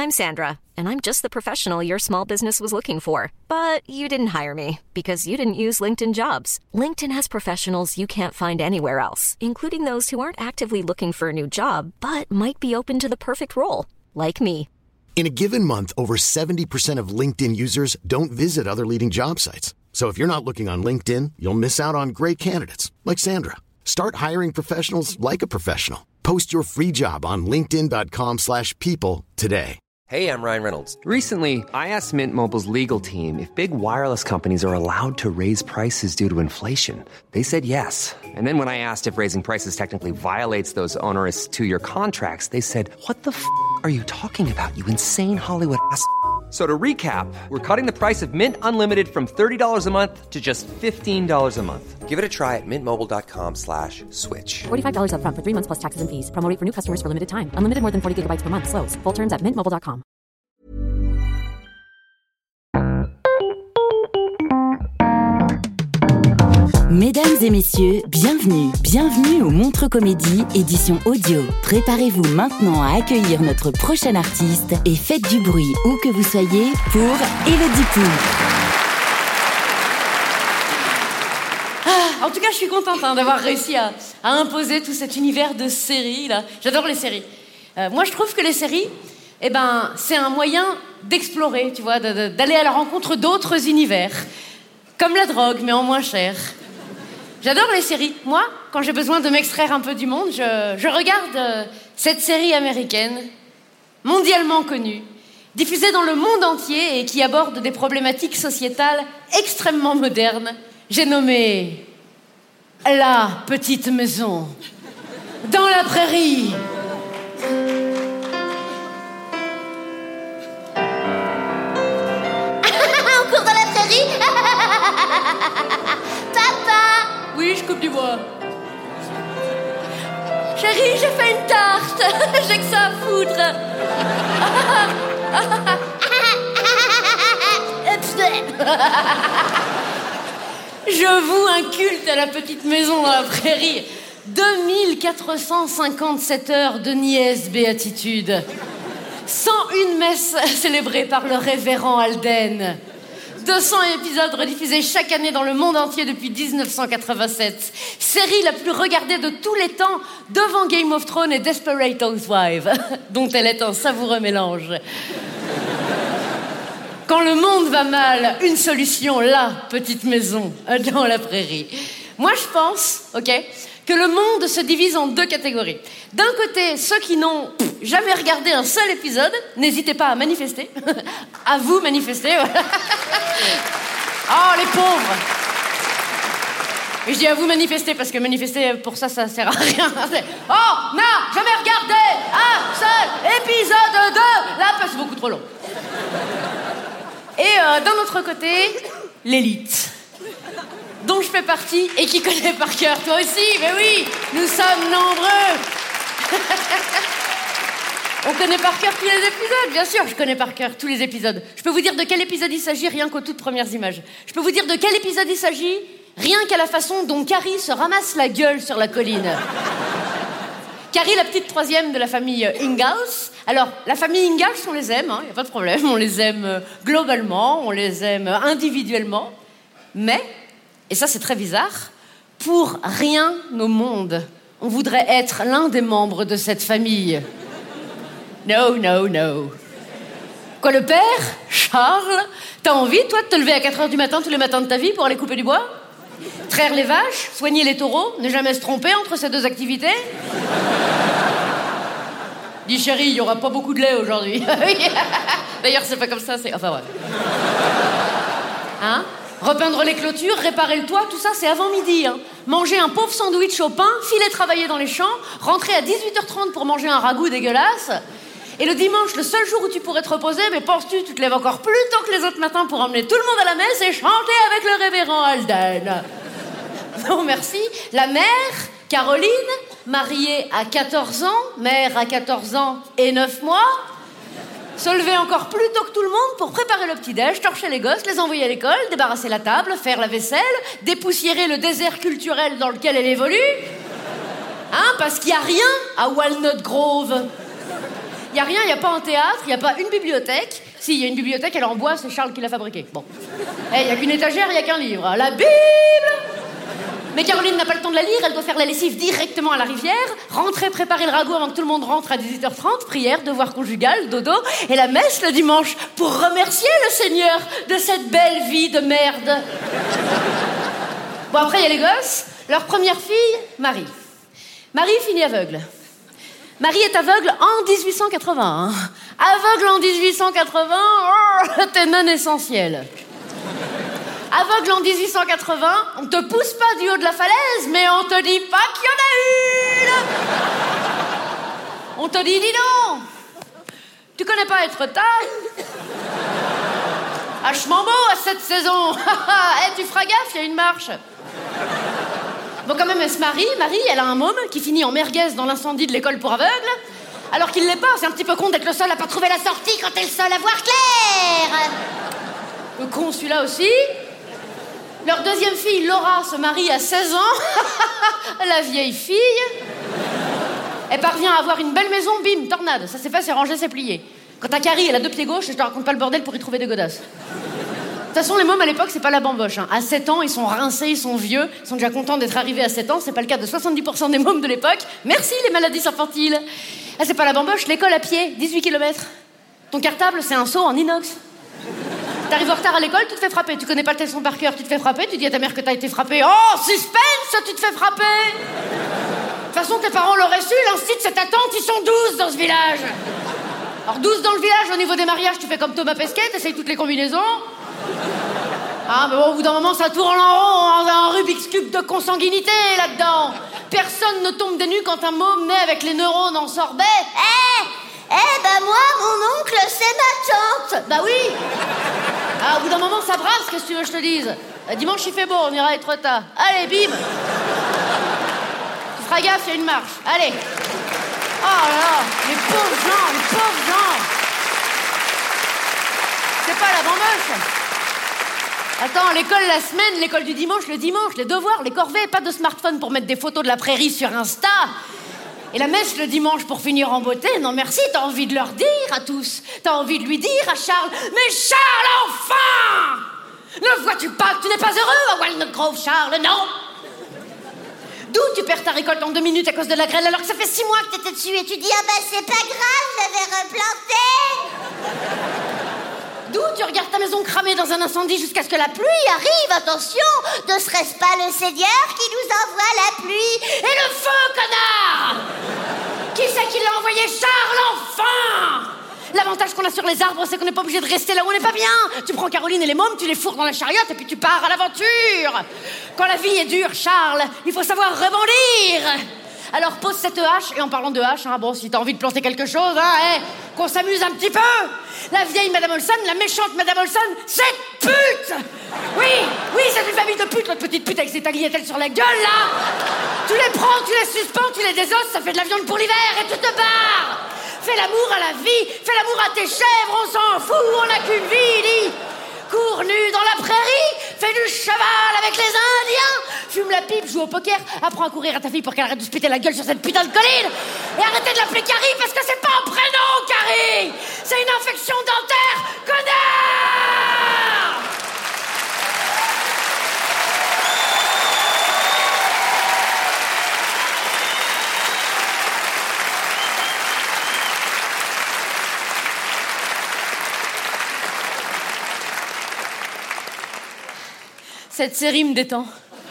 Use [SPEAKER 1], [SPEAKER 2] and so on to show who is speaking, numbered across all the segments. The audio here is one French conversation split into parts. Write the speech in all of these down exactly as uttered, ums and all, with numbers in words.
[SPEAKER 1] I'm Sandra, and I'm just the professional your small business was looking for. But you didn't hire me because you didn't use LinkedIn Jobs. LinkedIn has professionals you can't find anywhere else, including those who aren't actively looking for a new job, but might be open to the perfect role, like me.
[SPEAKER 2] In a given month, over seventy percent of LinkedIn users don't visit other leading job sites. So if you're not looking on LinkedIn, you'll miss out on great candidates like Sandra. Start hiring professionals like a professional. Post your free job on linkedin.com slash people today.
[SPEAKER 3] Hey, I'm Ryan Reynolds. Recently, I asked Mint Mobile's legal team if big wireless companies are allowed to raise prices due to inflation. They said yes. And then when I asked if raising prices technically violates those onerous two-year contracts, they said, what the f*** are you talking about, you insane Hollywood ass f- So to recap, we're cutting the price of Mint Unlimited from thirty dollars a month to just fifteen dollars a month. Give it a try at mintmobile.com slash switch.
[SPEAKER 4] forty-five dollars up front for three months plus taxes and fees. Promo rate for new customers for limited time. Unlimited more than forty gigabytes per month. Slows full terms at mint mobile dot com.
[SPEAKER 5] Mesdames et messieurs, bienvenue, bienvenue au Montreux Comédie, édition audio. Préparez-vous maintenant à accueillir notre prochain artiste et faites du bruit où que vous soyez pour Élodie Pou.
[SPEAKER 6] Ah, en tout cas, je suis contente hein, d'avoir réussi à, à imposer tout cet univers de séries là. J'adore les séries. Euh, moi, je trouve que les séries, eh ben, c'est un moyen d'explorer, tu vois, de, de, d'aller à la rencontre d'autres univers, comme la drogue, mais en moins cher. J'adore les séries. Moi, quand j'ai besoin de m'extraire un peu du monde, je, je regarde euh, cette série américaine, mondialement connue, diffusée dans le monde entier et qui aborde des problématiques sociétales extrêmement modernes. J'ai nommé La Petite Maison, dans la prairie.
[SPEAKER 7] On court dans la prairie.
[SPEAKER 6] Oui, je coupe du bois. Chérie, j'ai fait une tarte. J'ai que ça à foutre. Je voue un culte à la petite maison dans la prairie. deux mille quatre cent cinquante-sept heures de niaise béatitude. cent une messes célébrées par le révérend Alden. deux cents épisodes rediffusés chaque année dans le monde entier depuis dix-neuf cent quatre-vingt-sept. Série la plus regardée de tous les temps, devant Game of Thrones et Desperate Housewives, dont elle est un savoureux mélange. Quand le monde va mal, une solution, la petite maison, dans la prairie. Moi, je pense, ok, que le monde se divise en deux catégories. D'un côté, ceux qui n'ont pff, jamais regardé un seul épisode, n'hésitez pas à manifester. À vous manifester. Oh, les pauvres. Et je dis à vous manifester parce que manifester, pour ça, ça sert à rien. Oh, n'a jamais regardé un seul épisode de La... C'est beaucoup trop long. Et euh, d'un autre côté, l'élite, dont je fais partie et qui connaît par cœur. Toi aussi, mais oui, nous sommes nombreux. On connaît par cœur tous les épisodes, bien sûr, je connais par cœur tous les épisodes. Je peux vous dire de quel épisode il s'agit rien qu'aux toutes premières images. Je peux vous dire de quel épisode il s'agit rien qu'à la façon dont Carrie se ramasse la gueule sur la colline. Carrie, la petite troisième de la famille Ingalls. Alors, la famille Ingalls, on les aime, il hein, n'y a pas de problème. On les aime globalement, on les aime individuellement. Mais, et ça c'est très bizarre, pour rien au monde, on voudrait être l'un des membres de cette famille. No, no, no. Quoi, le père, Charles, t'as envie, toi, de te lever à quatre heures du matin tous les matins de ta vie pour aller couper du bois ? Traire les vaches, soigner les taureaux, ne jamais se tromper entre ces deux activités ? Dis chérie, il n'y aura pas beaucoup de lait aujourd'hui. D'ailleurs, c'est pas comme ça, c'est... Enfin, ouais. Hein ? Repeindre les clôtures, réparer le toit, tout ça, c'est avant midi. Hein. Manger un pauvre sandwich au pain, filer travailler dans les champs, rentrer à dix-huit heures trente pour manger un ragoût dégueulasse. Et le dimanche, le seul jour où tu pourrais te reposer, mais penses-tu, tu te lèves encore plus tôt que les autres matins pour emmener tout le monde à la messe et chanter avec le révérend Alden. Non, merci. La mère, Caroline, mariée à quatorze ans, mère à quatorze ans et neuf mois, se lever encore plus tôt que tout le monde pour préparer le petit-déj, torcher les gosses, les envoyer à l'école, débarrasser la table, faire la vaisselle, dépoussiérer le désert culturel dans lequel elle évolue. Hein, parce qu'il n'y a rien à Walnut Grove. Il y a rien, il y a pas un théâtre, il y a pas une bibliothèque. Si, il y a une bibliothèque, elle est en bois, c'est Charles qui l'a fabriquée. Bon. Eh, il y a qu'une étagère, il y a qu'un livre. La Bible! Mais Caroline n'a pas le temps de la lire, elle doit faire la lessive directement à la rivière, rentrer, préparer le ragoût avant que tout le monde rentre à dix-huit heures trente, prière, devoir conjugal, dodo, et la messe le dimanche pour remercier le Seigneur de cette belle vie de merde. Bon, après, il y a les gosses. Leur première fille, Marie. Marie finit aveugle. Marie est aveugle en dix-huit cent quatre-vingts. Hein. Aveugle en dix-huit cent quatre-vingts, oh, t'es non essentiel. Aveugle en dix-huit cent quatre-vingts, on te pousse pas du haut de la falaise, mais on te dit pas qu'il y en a une. On te dit, dis donc, tu connais pas être tard? Hachement beau à cette saison. Eh, tu feras gaffe, il y a une marche. Bon, quand même, elle se marie. Marie, elle a un môme qui finit en merguez dans l'incendie de l'école pour aveugles. Alors qu'il l'est pas, c'est un petit peu con d'être le seul à pas trouver la sortie quand t'es le seul à voir clair. Le con, celui-là aussi. Leur deuxième fille, Laura, se marie à seize ans. La vieille fille. Elle parvient à avoir une belle maison, bim, tornade. Ça s'est fait, c'est rangé, c'est plié. Quand t'as Carrie, elle a deux pieds gauches, je te raconte pas le bordel pour y trouver des godasses. De toute façon, les mômes à l'époque, c'est pas la bamboche. Hein. À sept ans, ils sont rincés, ils sont vieux, ils sont déjà contents d'être arrivés à sept ans. C'est pas le cas de soixante-dix pour cent des mômes de l'époque. Merci les maladies infantiles. Ah, c'est pas la bamboche, l'école à pied, dix-huit kilomètres. Ton cartable, c'est un seau en inox. T'arrives en retard à l'école, tu te fais frapper. Tu connais pas le leçon par cœur, tu te fais frapper. Tu dis à ta mère que t'as été frappé. Oh, suspense, tu te fais frapper. De toute façon, tes parents l'auraient su, l'instit, c'est ta tante, ils sont douze dans ce village. Alors douze dans le village, au niveau des mariages, tu fais comme Thomas Pesquet, t'essayes toutes les combinaisons. Ah, mais bon, au bout d'un moment, ça tourne en rond, un Rubik's Cube de consanguinité, là-dedans. Personne ne tombe des nues quand un môme naît avec les neurones en sorbet.
[SPEAKER 7] Eh Eh ben moi, mon oncle, c'est ma tante.
[SPEAKER 6] Bah oui. Ah, au bout d'un moment, ça brasse, qu'est-ce que tu veux que je te dise? Bah, dimanche, il fait beau, on ira être tard. Allez, bim. Tu feras gaffe, il y a une marche. Allez. Oh là là, les pauvres gens, les pauvres gens. C'est pas la bamboche. Attends, l'école la semaine, l'école du dimanche, le dimanche, les devoirs, les corvées, pas de smartphone pour mettre des photos de la prairie sur Insta. Et la messe le dimanche pour finir en beauté, non merci, t'as envie de leur dire à tous. T'as envie de lui dire à Charles, mais Charles, enfin! Ne vois-tu pas que tu n'es pas heureux à Walnut Grove, Charles, non? D'où tu perds ta récolte en deux minutes à cause de la grêle alors que ça fait six mois que t'étais dessus et tu dis,
[SPEAKER 7] Ah bah c'est pas grave, je vais replanter.
[SPEAKER 6] D'où tu regardes ta maison cramée dans un incendie jusqu'à ce que la pluie
[SPEAKER 7] Arrive, attention, ne serait-ce pas le Seigneur qui nous envoie la pluie?
[SPEAKER 6] et le feu, connard! Qui c'est qui l'a envoyé? Charles, enfin! L'avantage qu'on a sur les arbres, c'est qu'on n'est pas obligé de rester là où on n'est pas bien. Tu prends Caroline et les mômes, tu les fourres dans la chariote et puis tu pars à l'aventure. Quand la vie est dure, Charles, il faut savoir rebondir. Alors pose cette hache, et en parlant de hache, hein, bon, si t'as envie de planter quelque chose, hein, hey, qu'on s'amuse un petit peu. La vieille Madame Olson, la méchante Madame Olson, cette pute! Oui, oui, c'est une famille de putes, notre petite pute avec ses tagliatelles sur la gueule, là. Tu les prends, tu les suspends, tu les désosses, ça fait de la viande pour l'hiver et tu te barres. Fais l'amour à la vie, fais l'amour à tes chèvres, on s'en fout, on n'a qu'une vie, dis. Cours nu dans la prairie, fais du cheval avec les Indiens, fume la pipe, joue au poker, apprends à courir à ta fille pour qu'elle arrête de se péter la gueule sur cette putain de colline. Et arrêtez de l'appeler Carrie parce que c'est pas un prénom, Carrie. C'est une infection dentaire, connard. Cette série me détend.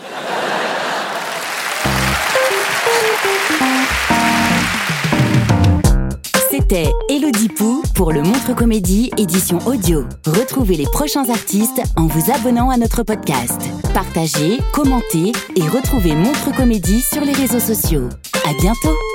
[SPEAKER 5] C'était Élodie Pou pour le Montre Comédie édition audio. Retrouvez les prochains artistes en vous abonnant à notre podcast. Partagez, commentez et retrouvez Montre Comédie sur les réseaux sociaux. À bientôt.